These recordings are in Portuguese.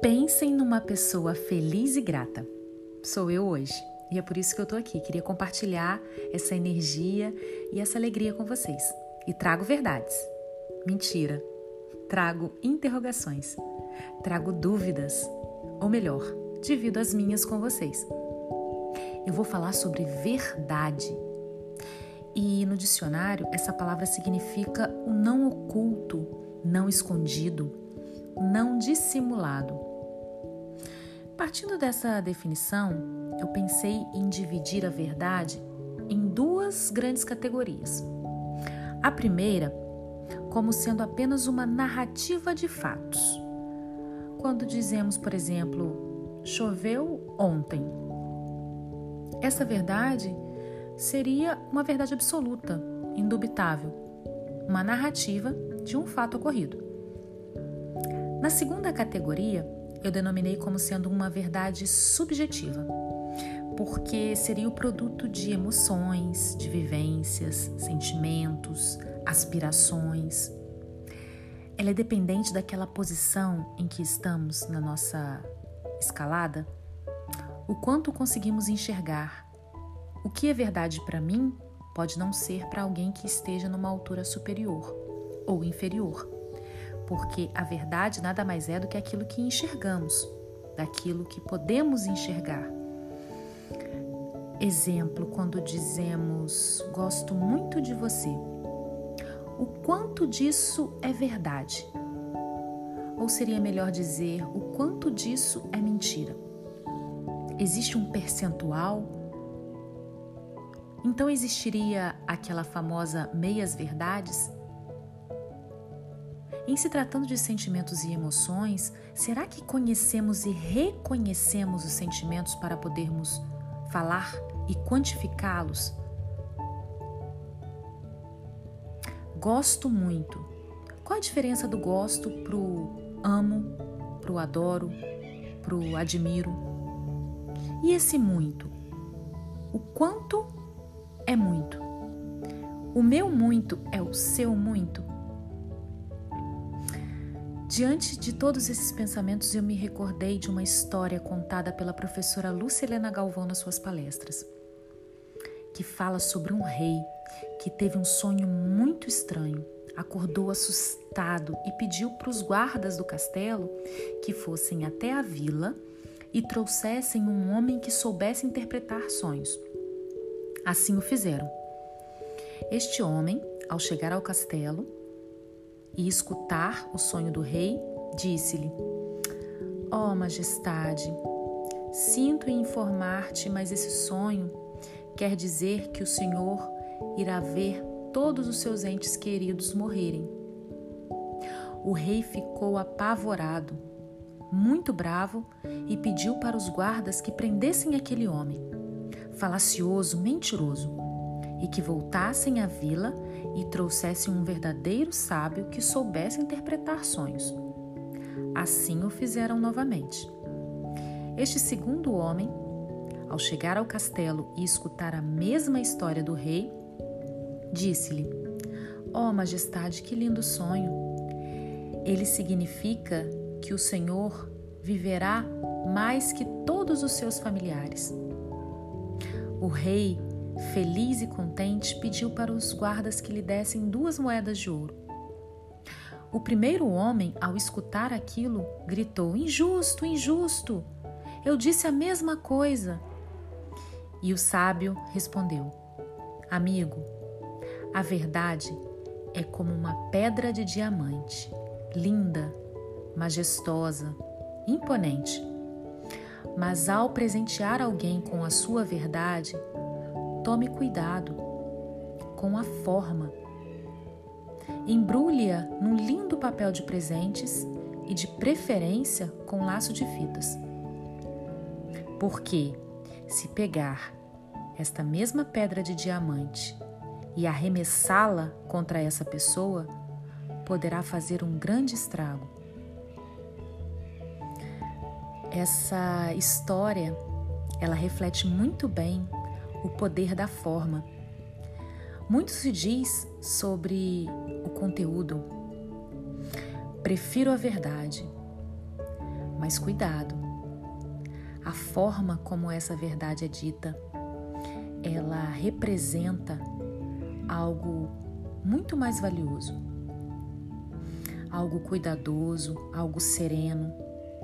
Pensem numa pessoa feliz e grata. Sou eu hoje. E é por isso que eu tô aqui. Queria compartilhar essa energia e essa alegria com vocês. E trago verdades. Mentira. Trago interrogações. Trago dúvidas. Ou melhor, divido as minhas com vocês. Eu vou falar sobre verdade. E no dicionário, essa palavra significa o não oculto, não escondido, não dissimulado. Partindo dessa definição, eu pensei em dividir a verdade em duas grandes categorias. A primeira, como sendo apenas uma narrativa de fatos. Quando dizemos, por exemplo, choveu ontem. Essa verdade seria uma verdade absoluta, indubitável, uma narrativa de um fato ocorrido. Na segunda categoria, eu denominei como sendo uma verdade subjetiva, porque seria o produto de emoções, de vivências, sentimentos, aspirações. Ela é dependente daquela posição em que estamos na nossa escalada, o quanto conseguimos enxergar. O que é verdade para mim pode não ser para alguém que esteja numa altura superior ou inferior. Porque a verdade nada mais é do que aquilo que enxergamos, daquilo que podemos enxergar. Exemplo, quando dizemos, gosto muito de você. O quanto disso é verdade? Ou seria melhor dizer, o quanto disso é mentira? Existe um percentual? Então existiria aquela famosa meias-verdades? Em se tratando de sentimentos e emoções, será que conhecemos e reconhecemos os sentimentos para podermos falar e quantificá-los? Gosto muito. Qual a diferença do gosto pro amo, pro adoro, pro admiro? E esse muito? O quanto é muito? O meu muito é o seu muito? Diante de todos esses pensamentos, eu me recordei de uma história contada pela professora Lúcia Helena Galvão nas suas palestras, que fala sobre um rei que teve um sonho muito estranho, acordou assustado e pediu para os guardas do castelo que fossem até a vila e trouxessem um homem que soubesse interpretar sonhos. Assim o fizeram. Este homem, ao chegar ao castelo e escutar o sonho do rei, disse-lhe: Ó majestade, sinto em informar-te, mas esse sonho quer dizer que o Senhor irá ver todos os seus entes queridos morrerem. O rei ficou apavorado, muito bravo, e pediu para os guardas que prendessem aquele homem, falacioso, mentiroso, e que voltassem à vila e trouxessem um verdadeiro sábio que soubesse interpretar sonhos. Assim o fizeram novamente. Este segundo homem, ao chegar ao castelo e escutar a mesma história do rei, disse-lhe: Ó majestade, que lindo sonho! Ele significa que o Senhor viverá mais que todos os seus familiares. O rei, feliz e contente, pediu para os guardas que lhe dessem 2 moedas de ouro. O primeiro homem, ao escutar aquilo, gritou: Injusto, injusto! Eu disse a mesma coisa. E o sábio respondeu: Amigo, a verdade é como uma pedra de diamante, linda, majestosa, imponente. Mas ao presentear alguém com a sua verdade, tome cuidado com a forma. Embrulhe-a num lindo papel de presentes e, de preferência, com laço de fitas. Porque, se pegar esta mesma pedra de diamante e arremessá-la contra essa pessoa, poderá fazer um grande estrago. Essa história, ela reflete muito bem o poder da forma. Muito se diz sobre o conteúdo. Prefiro a verdade, Mas cuidado, a forma como essa verdade é dita, ela representa algo muito mais valioso, algo cuidadoso, algo sereno.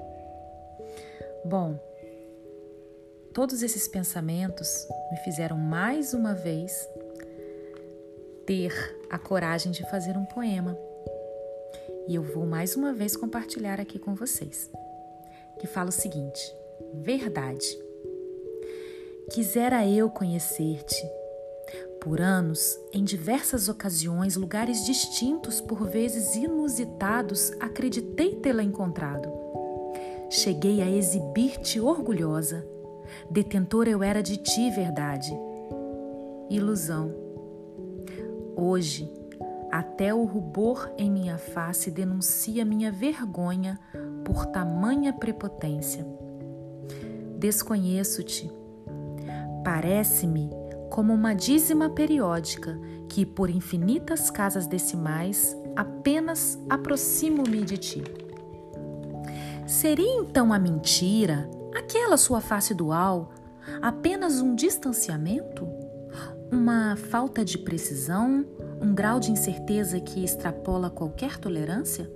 Bom, todos esses pensamentos me fizeram mais uma vez ter a coragem de fazer um poema. E eu vou mais uma vez compartilhar aqui com vocês, que fala o seguinte: verdade. Quisera eu conhecer-te. Por anos, em diversas ocasiões, lugares distintos, por vezes inusitados, acreditei tê-la encontrado. Cheguei a exibir-te orgulhosa. Detentora eu era de ti, verdade. Ilusão. Hoje, até o rubor em minha face denuncia minha vergonha por tamanha prepotência. Desconheço-te. Parece-me como uma dízima periódica que, por infinitas casas decimais, apenas aproximo-me de ti. Seria então a mentira, aquela sua face dual, apenas um distanciamento? Uma falta de precisão? Um grau de incerteza que extrapola qualquer tolerância?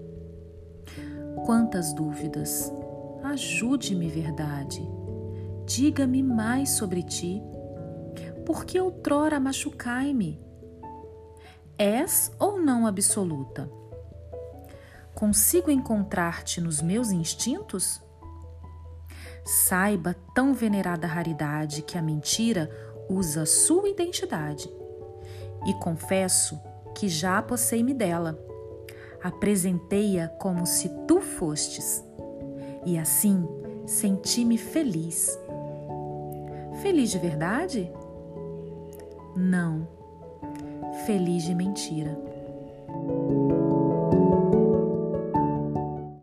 Quantas dúvidas! Ajude-me, verdade. Diga-me mais sobre ti. Por que outrora machucai-me? És ou não absoluta? Consigo encontrar-te nos meus instintos? Saiba, tão venerada raridade, que a mentira usa sua identidade. E confesso que já apossei-me dela. Apresentei-a como se tu fostes. E assim senti-me feliz. Feliz de verdade? Não, feliz de mentira.